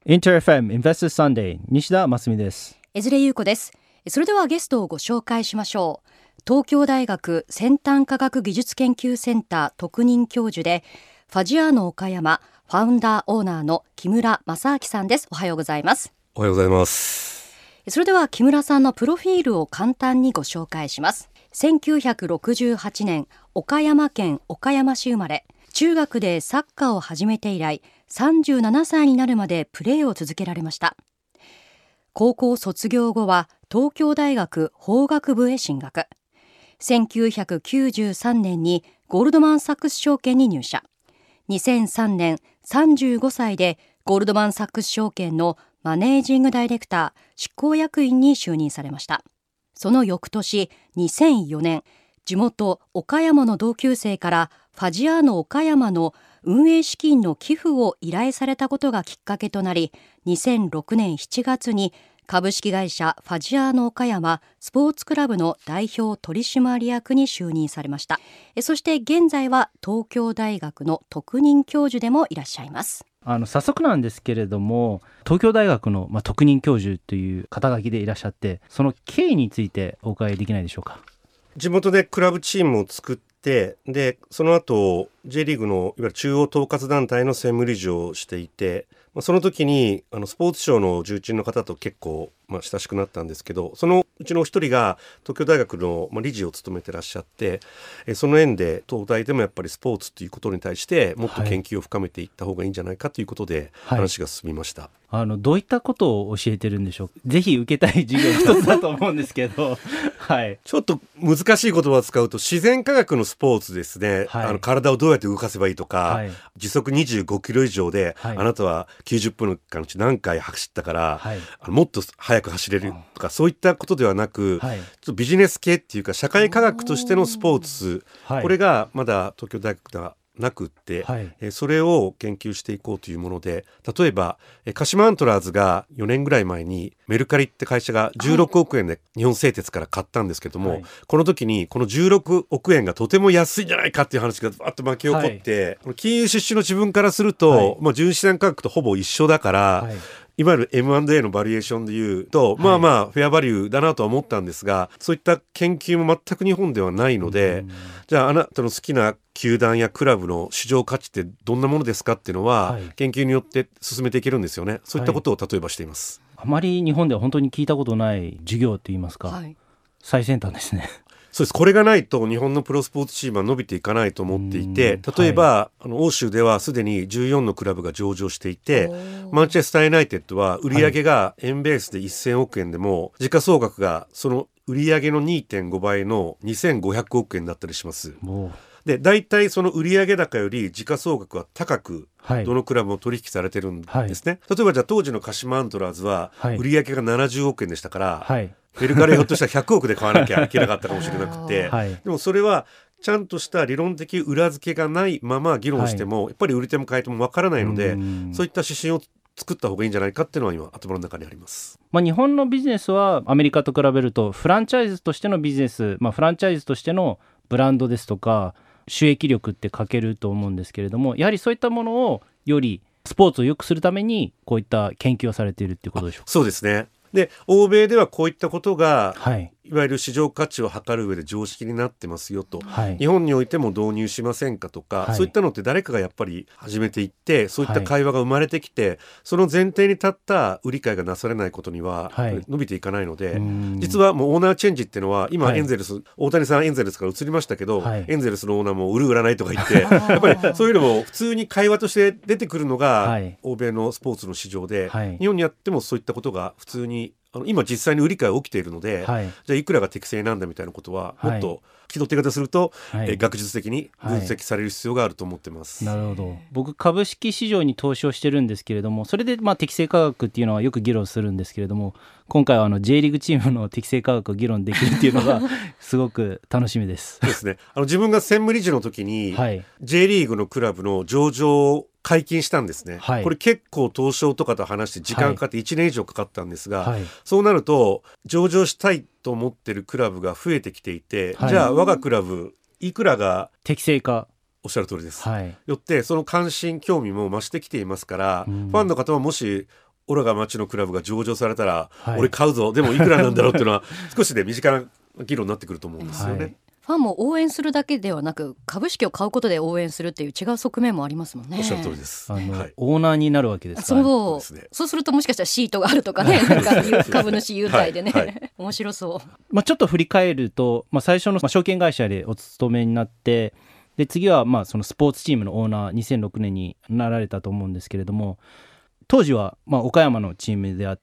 インター FM Investors Sunday 西田真澄です。 江連優子です。それではゲストをご紹介しましょう。東京大学先端科学技術研究センター特任教授でファジアーノ岡山ファウンダーオーナーの木村正明さんです。おはようございます。 おはようございます。 それでは木村さんのプロフィールを簡単にご紹介します。1968年岡山県岡山市生まれ、中学でサッカーを始めて以来37歳になるまでプレーを続けられました。高校卒業後は東京大学法学部へ進学。1993年にゴールドマンサックス証券に入社。2003年35歳でゴールドマンサックス証券のマネージングダイレクター執行役員に就任されました。その翌年2004年、地元岡山の同級生からファジアーノ岡山の運営資金の寄付を依頼されたことがきっかけとなり、2006年7月に株式会社ファジアーノ岡山スポーツクラブの代表取締役に就任されました。そして現在は東京大学の特任教授でもいらっしゃいます。 早速なんですけれども、東京大学の、特任教授という肩書きでいらっしゃって、その経緯についてお伺いできないでしょうか。 地元でクラブチームを作って、でその後 J リーグのいわゆる中央統括団体の専務理事をしていて、その時にスポーツ省の重鎮の方と結構、親しくなったんですけど、そのうちの一人が東京大学の、理事を務めてらっしゃって、その縁で東大でもやっぱりスポーツということに対してもっと研究を深めていった方がいいんじゃないかということで話が進みました。 どういったことを教えてるんでしょう。ぜひ受けたい授業の一つだと思うんですけどはい、 ちょっと難しい言葉を使うと自然科学のスポーツですね、体をどうやって動かせばいいとか、時速25キロ以上で、あなたは90分間のうち何回走ったから、もっと速く走れるとか、そういったことではなく、ちょっとビジネス系っていうか社会科学としてのスポーツ、これがまだ東京大学ではなくって、それを研究していこうというもので、例えば鹿島アントラーズが4年ぐらい前にメルカリって会社が16億円で日本製鉄から買ったんですけども、この時にこの16億円がとても安いんじゃないかっていう話がバッと巻き起こって、金融出身の自分からすると、純資産価格とほぼ一緒だから、いわゆる M&A のバリエーションでいうと、フェアバリューだなとは思ったんですが、そういった研究も全く日本ではないので、じゃああなたの好きな球団やクラブの市場価値ってどんなものですかっていうのは、研究によって進めていけるんですよね。そういったことを例えばしています。 あまり日本では本当に聞いたことない授業といいますか、最先端ですね。 そうです。これがないと日本のプロスポーツチームは伸びていかないと思っていて、例えば、欧州ではすでに14のクラブが上場していて、マンチェスターユナイテッドは売上が円ベースで1000億円でも、時価総額がその売上の 2.5 倍の2500億円だったりします。で、大体その売上高より時価総額は高くどのクラブも取引されてるんですね。例えばじゃあ当時の鹿島アントラーズは売上が70億円でしたから、メルカリひょっとしたら100億で買わなきゃいけなかったかもしれなくてでもそれはちゃんとした理論的裏付けがないまま議論しても、やっぱり売り手も買い手もわからないので、そういった指針を作った方がいいんじゃないかっていうのは今頭の中にあります。 日本のビジネスはアメリカと比べるとフランチャイズとしてのビジネス、フランチャイズとしてのブランドですとか収益力って欠けると思うんですけれども、やはりそういったものをよりスポーツを良くするためにこういった研究をされているっていうことでしょうか。 そうですね。で、欧米ではこういったことが、いわゆる市場価値を測る上で常識になってますよと、日本においても導入しませんかとか、そういったのって誰かがやっぱり始めていって、そういった会話が生まれてきて、その前提に立った売り買いがなされないことには、伸びていかないので、実はもうオーナーチェンジっていうのは今エンゼルス、大谷さんエンゼルスから移りましたけど、エンゼルスのオーナーも売る売らないとか言ってやっぱりそういうのも普通に会話として出てくるのが、欧米のスポーツの市場で、日本にあってもそういったことが普通に今実際に売り買い起きているので、じゃあいくらが適正なんだみたいなことはもっと気取って言い方すると、学術的に分析される必要があると思ってます。 なるほど。僕株式市場に投資をしてるんですけれども、それで適正価格っていうのはよく議論するんですけれども、今回はJ リーグチームの適正価格を議論できるっていうのがすごく楽しみです。 そうですね。自分が専務理事の時に、J リーグのクラブの上場を解禁したんですね。これ結構東証とかと話して時間かかって1年以上かかったんですが、そうなると上場したいと思ってるクラブが増えてきていて、じゃあ我がクラブいくらが適正か、 おっしゃる通りです。よってその関心興味も増してきていますから、ファンの方ももしオラが町のクラブが上場されたら、俺買うぞ、でもいくらなんだろうっていうのは少しで身近な議論になってくると思うんですよね。 ファンも応援するだけではなく株式を買うことで応援するっていう違う側面もありますもんね。 おっしゃる通りです。 オーナーになるわけですから、 そうするともしかしたらシートがあるとかねなんか株主優待でね、面白そう。 ちょっと振り返ると、最初の証券会社でお勤めになって、で次はそのスポーツチームのオーナー2006年になられたと思うんですけれども、当時は岡山のチームであって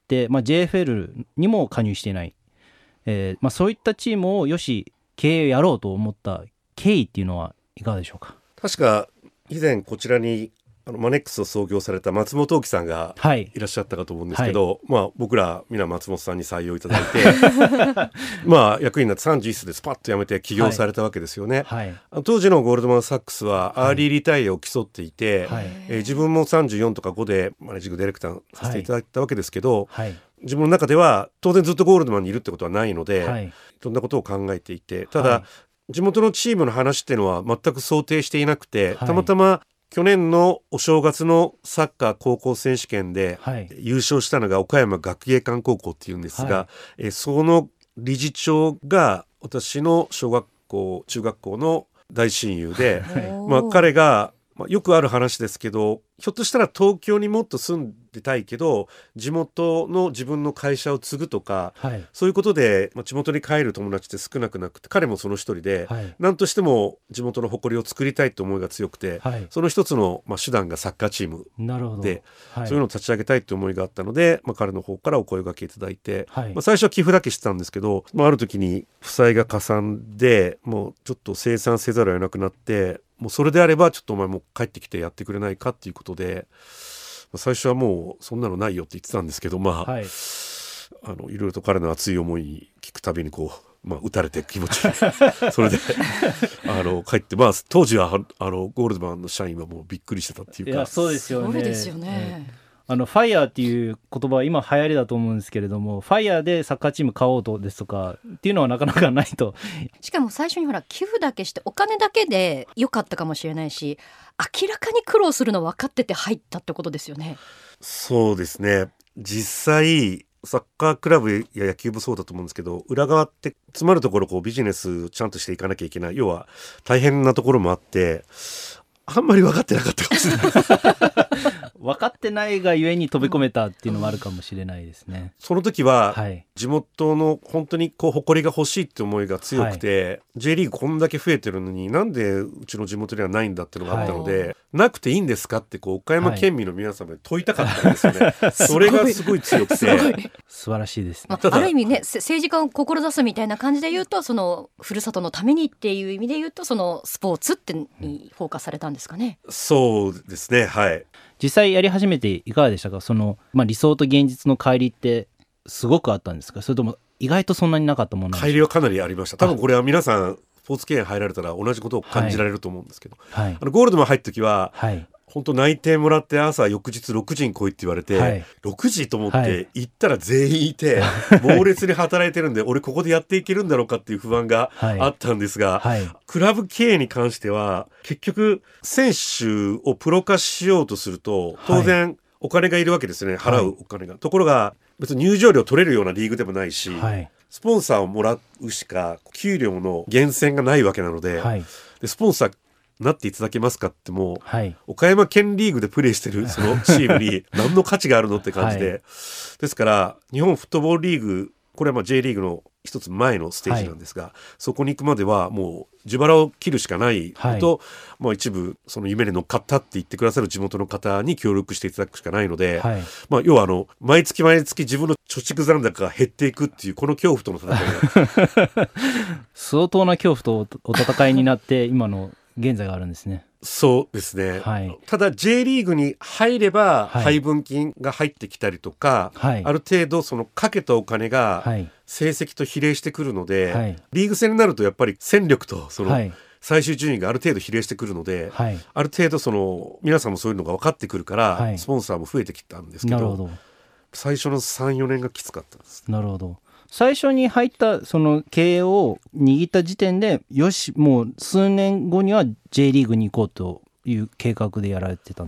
、JFL にも加入していない、そういったチームをよし経営やろうと思った経緯っていうのはいかがでしょうか。 確か以前こちらにマネックスを創業された松本興さんがいらっしゃったかと思うんですけど、僕ら皆松本さんに採用いただいて役員になって31歳でスパッと辞めて起業されたわけですよね。当時のゴールドマンサックスはアーリーリタイアを競っていて、自分も34とか5でマネージングディレクターさせていただいたわけですけど、自分の中では当然ずっとゴールドマンにいるってことはないので、いろんなことを考えていて、ただ、地元のチームの話っていうのは全く想定していなくて、たまたま去年のお正月のサッカー高校選手権で優勝したのが岡山学芸館高校っていうんですが、その理事長が私の小学校中学校の大親友で、彼がよくある話ですけど、ひょっとしたら東京にもっと住んでたいけど地元の自分の会社を継ぐとか、そういうことで、地元に帰る友達って少なくなくて、彼もその一人で、何としても地元の誇りを作りたいという思いが強くて、その一つの、手段がサッカーチームで、そういうのを立ち上げたいという思いがあったので、彼の方からお声掛けいただいて、最初は寄付だけしてたんですけど、ある時に負債がかさんでもうちょっと清算せざるを得なくなって、もうそれであればちょっとお前も帰ってきてやってくれないかっていうことで、最初はもうそんなのないよって言ってたんですけど、いろいろと彼の熱い思い聞くたびに打たれて気持ちそれで帰って、当時はゴールドマンの社員はもうびっくりしてたっていうか。 いやそうですよね。 そうですよね。 ファイヤーっていう言葉は今流行りだと思うんですけれども、ファイヤーでサッカーチーム買おうとですとかっていうのはなかなかないと。 しかも最初に寄付だけしてお金だけで良かったかもしれないし、明らかに苦労するの分かってて入ったってことですよね。 そうですね。実際サッカークラブや野球部そうだと思うんですけど、裏側って詰まるところビジネスちゃんとしていかなきゃいけない、要は大変なところもあって、あんまり分かってなかったかもしれない分かってないがゆえに飛び込めたっていうのもあるかもしれないですね。 その時は地元の本当に誇りが欲しいって思いが強くて、J リーグこんだけ増えてるのになんでうちの地元にはないんだっていうのがあったので、なくていいんですかって岡山県民の皆様に問いたかったんですよね。それがすごい強くて素晴らしいですね。 ある意味ね、政治家を志すみたいな感じで言うと、そのふるさとのためにっていう意味で言うと、そのスポーツってにフォーカスされたんですかね。 そうですね。 実際やり始めていかがでしたか。理想と現実の乖離ってすごくあったんですか、それとも意外とそんなになかったものなんですか。 乖離はかなりありました。多分これは皆さんスポーツ経営入られたら同じことを感じられると思うんですけど、ゴールドマン入った時は、本当内定もらって朝翌日6時に来いって言われて、6時と思って行ったら全員いて、猛烈に働いてるんで俺ここでやっていけるんだろうかっていう不安があったんですが、クラブ経営に関しては結局選手をプロ化しようとすると当然お金がいるわけですね、払うお金が。ところが別に入場料取れるようなリーグでもないし、スポンサーをもらうしか給料の源泉がないわけなので、でスポンサーなっていただけますかってもう、岡山県リーグでプレーしてるそのチームに何の価値があるのって感じで、ですから日本フットボールリーグ、これはJ リーグの一つ前のステージなんですが、そこに行くまではもう自腹を切るしかないのと、一部その夢に乗っかったって言ってくださる地元の方に協力していただくしかないので、要は毎月毎月自分の貯蓄残高が減っていくっていうこの恐怖との戦いが相当な恐怖とお戦いになって今の現在があるんですね。 そうですね、ただ J リーグに入れば配分金が入ってきたりとか、ある程度そのかけたお金が成績と比例してくるので、リーグ戦になるとやっぱり戦力とその最終順位がある程度比例してくるので、ある程度その皆さんもそういうのが分かってくるから、スポンサーも増えてきたんですけど、最初の 3,4 年がきつかったです。 なるほど。最初に入ったその経営を握った時点で、よしもう数年後には J リーグに行こうという計画でやられてたんですか。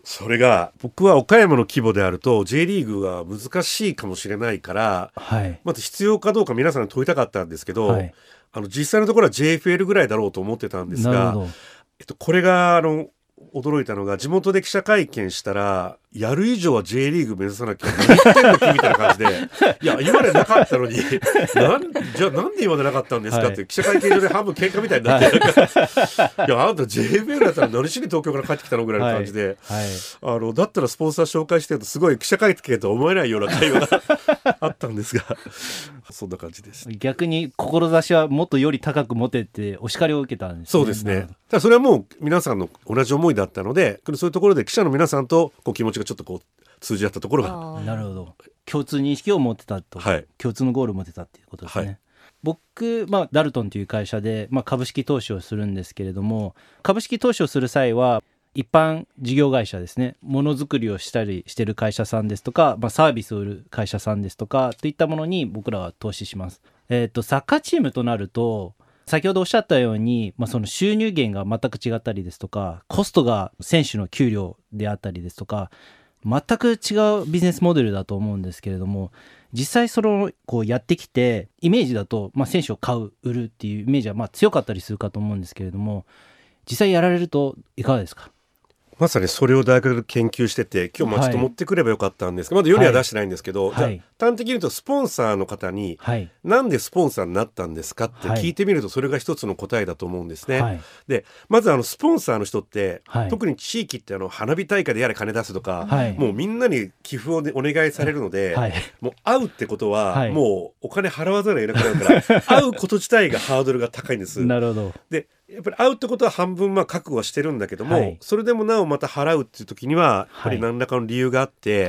それが僕は岡山の規模であると J リーグは難しいかもしれないから、 はい、 まず必要かどうか皆さんに問いたかったんですけど、はい、実際のところは JFL ぐらいだろうと思ってたんですが、これが驚いたのが、地元で記者会見したら、やる以上は J リーグ目指さなきゃ何言ってんの君みたいな感じでいや今までなかったのにじゃあなんで今までなかったんですかって、はい、記者会見場で半分喧嘩みたいになって、はい、いやあんた JFL だったら何しに東京から帰ってきたのぐらいの感じで、はいはい、だったらスポンサー紹介してるとすごい記者会見とは思えないような会話があったんですがそんな感じです。 逆に志はもっとより高く持てってお叱りを受けたんですね。 そうですね。ただそれはもう皆さんの同じ思いだったので、そういうところで記者の皆さんと気持ちがちょっと通じ合ったところが、 なるほど、共通認識を持ってたと、はい、共通のゴールを持ってたっていうことですね、はい、僕、ダルトンという会社で、株式投資をするんですけれども、株式投資をする際は一般事業会社ですね、ものづくりをしたりしてる会社さんですとか、サービスを売る会社さんですとかといったものに僕らは投資します。サッカーチームとなると先ほどおっしゃったように、その収入源が全く違ったりですとか、コストが選手の給料であったりですとか、全く違うビジネスモデルだと思うんですけれども、実際やってきてイメージだと、選手を買う売るっていうイメージは強かったりするかと思うんですけれども、実際やられるといかがですか？ まさにそれを大学で研究してて、今日ちょっと持ってくればよかったんですが、まだ世には出してないんですけど、じゃあ端的に言うとスポンサーの方に、なんでスポンサーになったんですかって聞いてみると、それが一つの答えだと思うんですね、でまずスポンサーの人って、特に地域って花火大会でやれ金出すとか、もうみんなに寄付をお願いされるので、もう会うってことは、もうお金払わざるを得なくなるから会うこと自体がハードルが高いんです。 なるほど。 でやっぱり会うってことは半分覚悟はしてるんだけども、それでもなおまた払うっていう時にはやっぱり何らかの理由があって、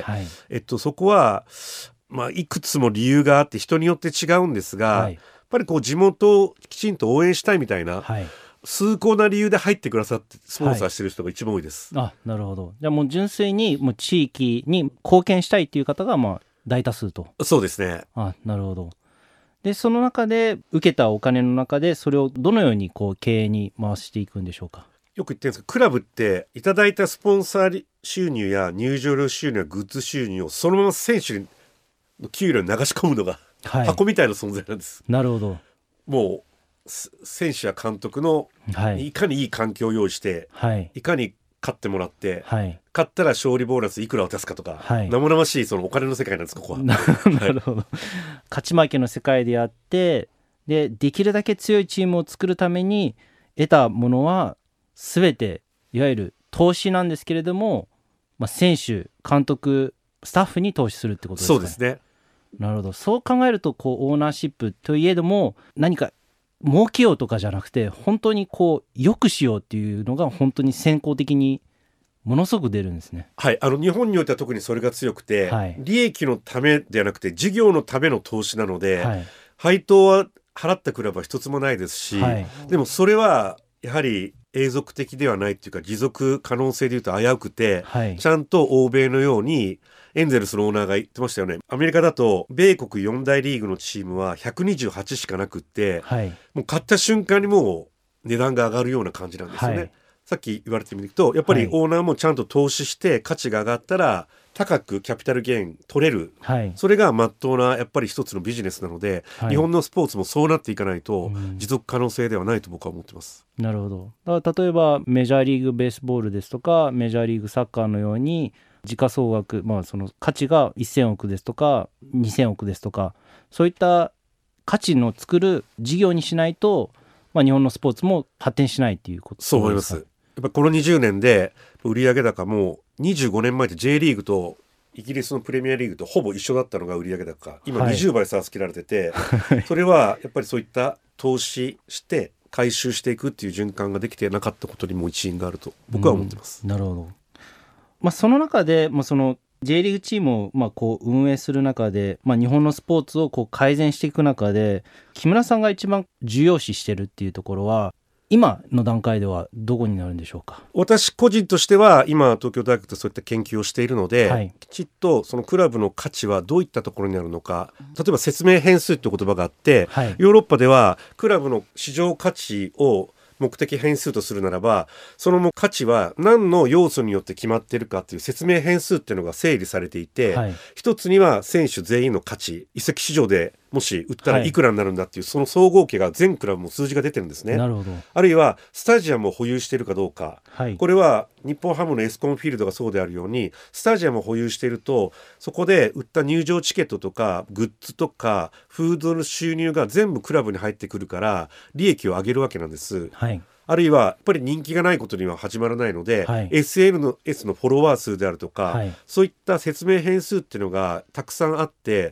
そこは、いくつも理由があって人によって違うんですが、やっぱり地元をきちんと応援したいみたいな、崇高な理由で入ってくださってスポンサーしてる人が一番多いです、 なるほど。じゃあもう純粋にもう地域に貢献したいっていう方が大多数と。 そうですね。 なるほど。でその中で受けたお金の中でそれをどのように経営に回していくんでしょうか？ よく言ってるんですけど、クラブっていただいたスポンサー収入や入場料収入やグッズ収入をそのまま選手の給料に流し込むのが、箱みたいな存在なんです。 なるほど。 もう選手や監督の、いかにいい環境を用意して、いかに勝ってもらって、勝ったら勝利ボーナスいくら渡すかとか、生々しいそのお金の世界なんです、ここは。 なるほど。勝ち負けの世界であって、できるだけ強いチームを作るために得たものは全ていわゆる投資なんですけれども、選手監督スタッフに投資するってことですかね？ そうですね。 なるほど。そう考えるとオーナーシップといえども、何か儲けようとかじゃなくて、本当に良くしようっていうのが本当に先行的にものすごく出るんですね。 日本においては特にそれが強くて、利益のためではなくて事業のための投資なので、配当は払ったクラブは一つもないですし、でもそれはやはり永続的ではないっていうか、持続可能性でいうと危うくて、ちゃんと欧米のようにエンゼルスのオーナーが言ってましたよね。アメリカだと米国4大リーグのチームは128しかなくって、もう買った瞬間にもう値段が上がるような感じなんですよね、さっき言われてみると、やっぱりオーナーもちゃんと投資して価値が上がったら高くキャピタルゲイン取れる、それが真っ当なやっぱり一つのビジネスなので、日本のスポーツもそうなっていかないと持続可能性ではないと僕は思ってます。 なるほど。だから例えばメジャーリーグベースボールですとかメジャーリーグサッカーのように時価総額、その価値が1000億ですとか2000億ですとか、そういった価値の作る事業にしないと、日本のスポーツも発展しないっていうことですか？ そう思います。やっぱこの20年で売上高も25年前って J リーグとイギリスのプレミアリーグとほぼ一緒だったのが売上高、今20倍差をつけられてて、それはやっぱりそういった投資して回収していくっていう循環ができてなかったことにも一因があると僕は思ってます、 なるほど。その中で、その J リーグチームを運営する中で、日本のスポーツを改善していく中で、木村さんが一番重要視してるっていうところは今の段階ではどこになるんでしょうか？ 私個人としては今東京大学でそういった研究をしているので、きちっとそのクラブの価値はどういったところにあるのか、例えば説明変数って言葉があって、ヨーロッパではクラブの市場価値を目的変数とするならば、その価値は何の要素によって決まっているかという説明変数っていうのが整理されていて、一つには選手全員の価値、移籍市場でもし売ったらいくらになるんだっていう、その総合計が全クラブも数字が出てるんですね。 なるほど。 あるいはスタジアムを保有しているかどうか、これは日本ハムのエスコンフィールドがそうであるように、スタジアムを保有しているとそこで売った入場チケットとかグッズとかフードの収入が全部クラブに入ってくるから利益を上げるわけなんです。あるいはやっぱり人気がないことには始まらないので、SNS のフォロワー数であるとか、そういった説明変数っていうのがたくさんあって、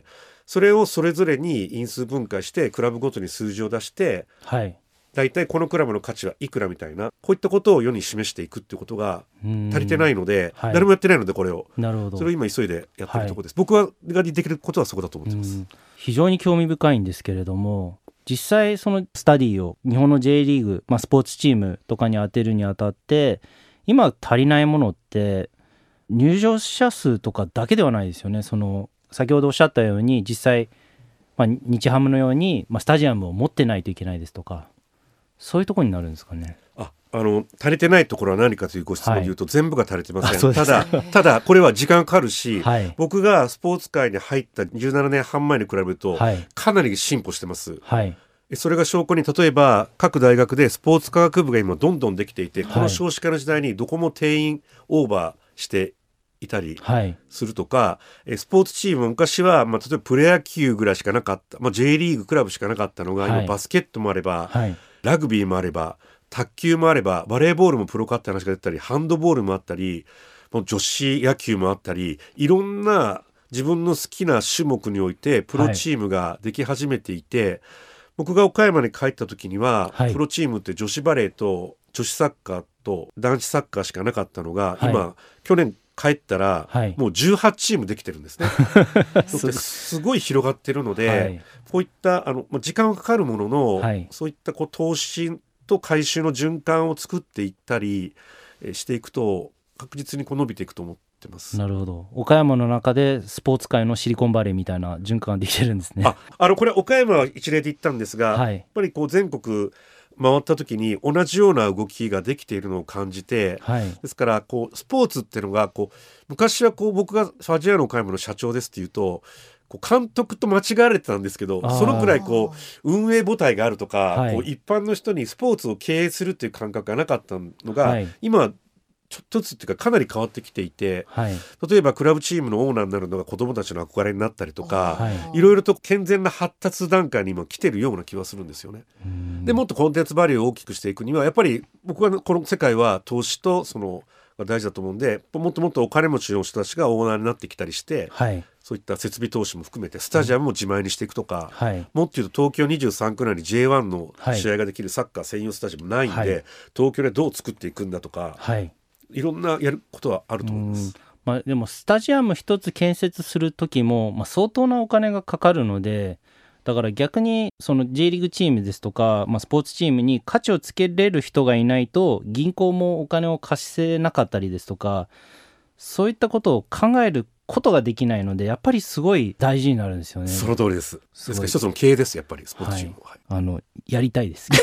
それをそれぞれに因数分解してクラブごとに数字を出して、だいたいこのクラブの価値はいくらみたいな、こういったことを世に示していくっていうことが足りてないので、誰もやってないのでこれを、それを今急いでやってるところです。僕ができることはそこだと思ってます。 非常に興味深いんですけれども、実際そのスタディを日本の J リーグ、スポーツチームとかに当てるにあたって今足りないものって入場者数とかだけではないですよね。その先ほどおっしゃったように実際、日ハムのように、スタジアムを持ってないといけないですとか、そういうところになるんですかね。 足りてないところは何かというご質問で言うと、全部が足りてません。ただこれは時間かかるし、僕がスポーツ界に入った17年半前に比べると、かなり進歩してます。それが証拠に、例えば各大学でスポーツ科学部が今どんどんできていて、この少子化の時代にどこも定員オーバーしていたりするとか、スポーツチームも昔は、例えばプロ野球ぐらいしかなかった、J リーグクラブしかなかったのが、今バスケットもあれば、ラグビーもあれば、卓球もあれば、バレーボールもプロ化って話が出たり、ハンドボールもあったり、もう女子野球もあったり、いろんな自分の好きな種目においてプロチームができ始めていて、僕が岡山に帰った時には、プロチームって女子バレーと女子サッカーと男子サッカーしかなかったのが、今去年帰ったら、もう18チームできてるんですね。すごい広がってるので、こういった時間はかかるものの、そういった投資と回収の循環を作っていったりしていくと、確実に伸びていくと思ってます。 なるほど。岡山の中でスポーツ界のシリコンバレーみたいな循環ができてるんですね。 これ岡山は一例で言ったんですが、やっぱり全国回った時に同じような動きができているのを感じて、ですからスポーツっていうのが昔は僕がファジアーノ岡山の社長ですっていうと、監督と間違われてたんですけど、そのくらい運営母体があるとか、一般の人にスポーツを経営するっていう感覚がなかったのが、今ちょっとずつっていうかかなり変わってきていて、例えばクラブチームのオーナーになるのが子どもたちの憧れになったりとか、いろいろと健全な発達段階に今来てるような気はするんですよね。でもっとコンテンツバリューを大きくしていくには、やっぱり僕はこの世界は投資とが大事だと思うんで、もっともっとお金持ちの人たちがオーナーになってきたりして、そういった設備投資も含めてスタジアムも自前にしていくとか、もっと言うと東京23区内に J1 の試合ができるサッカー専用スタジアムないんで、東京でどう作っていくんだとか、いろんなやることはあると思います。 でもスタジアム一つ建設する時も、相当なお金がかかるので、だから逆にその J リーグチームですとか、スポーツチームに価値をつけれる人がいないと銀行もお金を貸せなかったりですとか、そういったことを考えることができないので、やっぱりすごい大事になるんですよね。 その通りです。ですから一つの経営です、やっぱりスポーツチームは。 やりたいです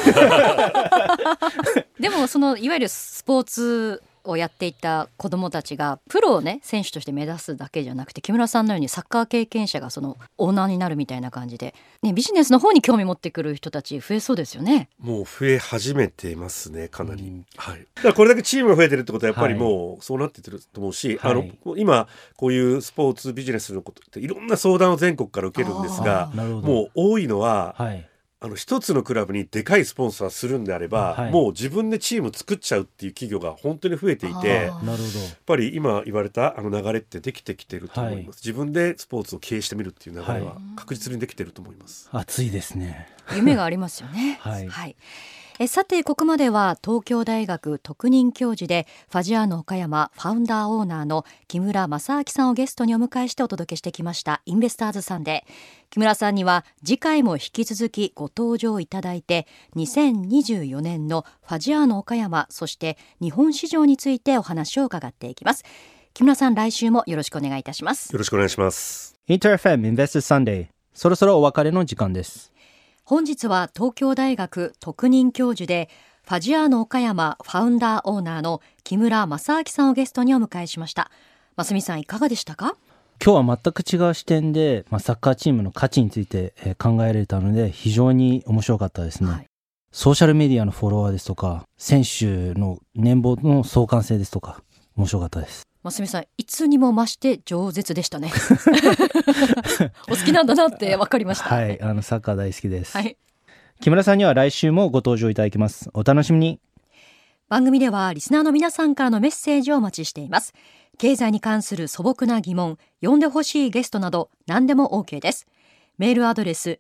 でもいわゆるスポーツをやっていた子どもたちがプロを選手として目指すだけじゃなくて、木村さんのようにサッカー経験者がオーナーになるみたいな感じで、ビジネスの方に興味持ってくる人たち増えそうですよね。 もう増え始めてますね、かなり。だからこれだけチームが増えてるってことはやっぱりもうそうなっててると思うし、今こういうスポーツビジネスのことっていろんな相談を全国から受けるんですが、もう多いのは、一つのクラブにでかいスポンサーするんであれば、もう自分でチーム作っちゃうっていう企業が本当に増えていて、やっぱり今言われた流れってできてきてると思います。自分でスポーツを経営してみるっていう流れは確実にできてると思います。 熱いですね。 夢がありますよね。さてここまでは東京大学特任教授でファジアーノ岡山ファウンダーオーナーの木村正明さんをゲストにお迎えしてお届けしてきましたインベスターズサンデー。木村さんには次回も引き続きご登場いただいて、2024年のファジアーノ岡山、そして日本市場についてお話を伺っていきます。木村さん、来週もよろしくお願いいたします。 よろしくお願いします。 インター FM インベスターズサンデー、そろそろお別れの時間です。 本日は東京大学特任教授でフファジアーノ岡山ファウンダーオーナーの木村正明さんをゲストにお迎えしました。増見さんいかがでしたか？ 今日は全く違う視点で、サッカーチームの価値について考えられたので非常に面白かったですね、ソーシャルメディアのフォロワーですとか選手の年俸の相関性ですとか面白かったです。 増見さんいつにも増して饒舌でしたねお好きなんだなって分かりました。 はい、サッカー大好きです、木村さんには来週もご登場いただきます。お楽しみに。 番組ではリスナーの皆さんからのメッセージをお待ちしています。経済に関する素朴な疑問、呼んでほしいゲストなど何でも OK です。メールアドレス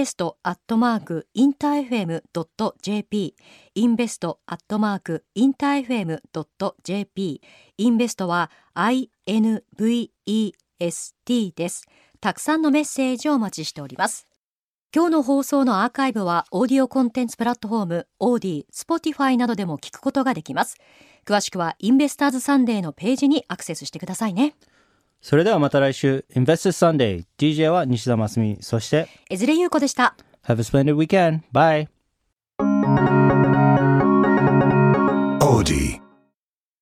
invest@interfm.jp invest@interfm.jp インベストは INVEST です。たくさんのメッセージをお待ちしております。今日の放送のアーカイブはオーディオコンテンツプラットフォームオーディ、Spotify などでも聞くことができます。詳しくはインベスターズサンデーのページにアクセスしてくださいね。 それではまた来週。 Investors Sunday DJ は西田真澄、そして江連優子でした。 Have a splendid weekend. Bye. Audi